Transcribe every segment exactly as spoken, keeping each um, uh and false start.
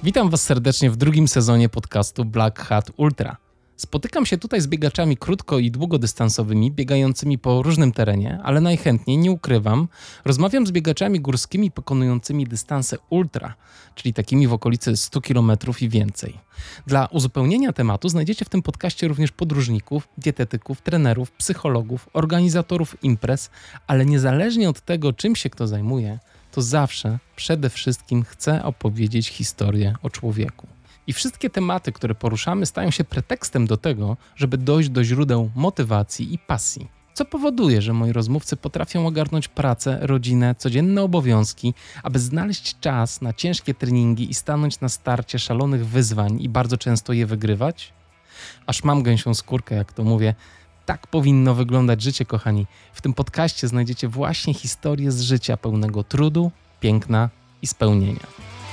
Witam Was serdecznie w drugim sezonie podcastu Black Hat Ultra. Spotykam się tutaj z biegaczami krótko- i długodystansowymi, biegającymi po różnym terenie, ale najchętniej, nie ukrywam, rozmawiam z biegaczami górskimi pokonującymi dystanse ultra, czyli takimi w okolicy stu kilometrów i więcej. Dla uzupełnienia tematu znajdziecie w tym podcaście również podróżników, dietetyków, trenerów, psychologów, organizatorów imprez, ale niezależnie od tego, czym się kto zajmuje, to zawsze przede wszystkim chcę opowiedzieć historię o człowieku. I wszystkie tematy, które poruszamy, stają się pretekstem do tego, żeby dojść do źródeł motywacji i pasji. Co powoduje, że moi rozmówcy potrafią ogarnąć pracę, rodzinę, codzienne obowiązki, aby znaleźć czas na ciężkie treningi i stanąć na starcie szalonych wyzwań i bardzo często je wygrywać? Aż mam gęsią skórkę, jak to mówię. Tak powinno wyglądać życie, kochani. W tym podcaście znajdziecie właśnie historię z życia pełnego trudu, piękna i spełnienia.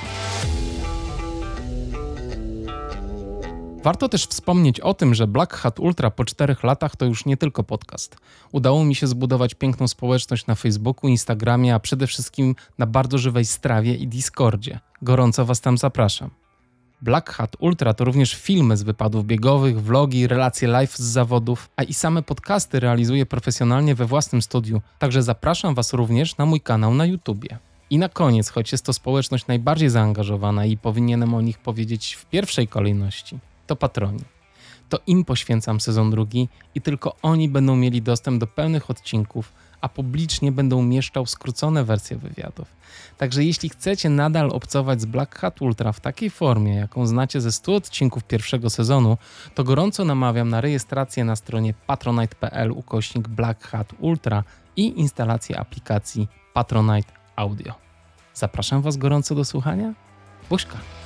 Warto też wspomnieć o tym, że Black Hat Ultra po czterech latach to już nie tylko podcast. Udało mi się zbudować piękną społeczność na Facebooku, Instagramie, a przede wszystkim na bardzo żywej Strawie i Discordzie. Gorąco Was tam zapraszam. Black Hat Ultra to również filmy z wypadów biegowych, vlogi, relacje live z zawodów, a i same podcasty realizuję profesjonalnie we własnym studiu, także zapraszam Was również na mój kanał na YouTubie. I na koniec, choć jest to społeczność najbardziej zaangażowana i powinienem o nich powiedzieć w pierwszej kolejności, to patroni. To im poświęcam sezon drugi i tylko oni będą mieli dostęp do pełnych odcinków, a publicznie będę umieszczał skrócone wersje wywiadów. Także jeśli chcecie nadal obcować z Black Hat Ultra w takiej formie, jaką znacie ze stu odcinków pierwszego sezonu, to gorąco namawiam na rejestrację na stronie patronite.pl ukośnik Black Hat Ultra i instalację aplikacji Patronite Audio. Zapraszam Was gorąco do słuchania. Buźka!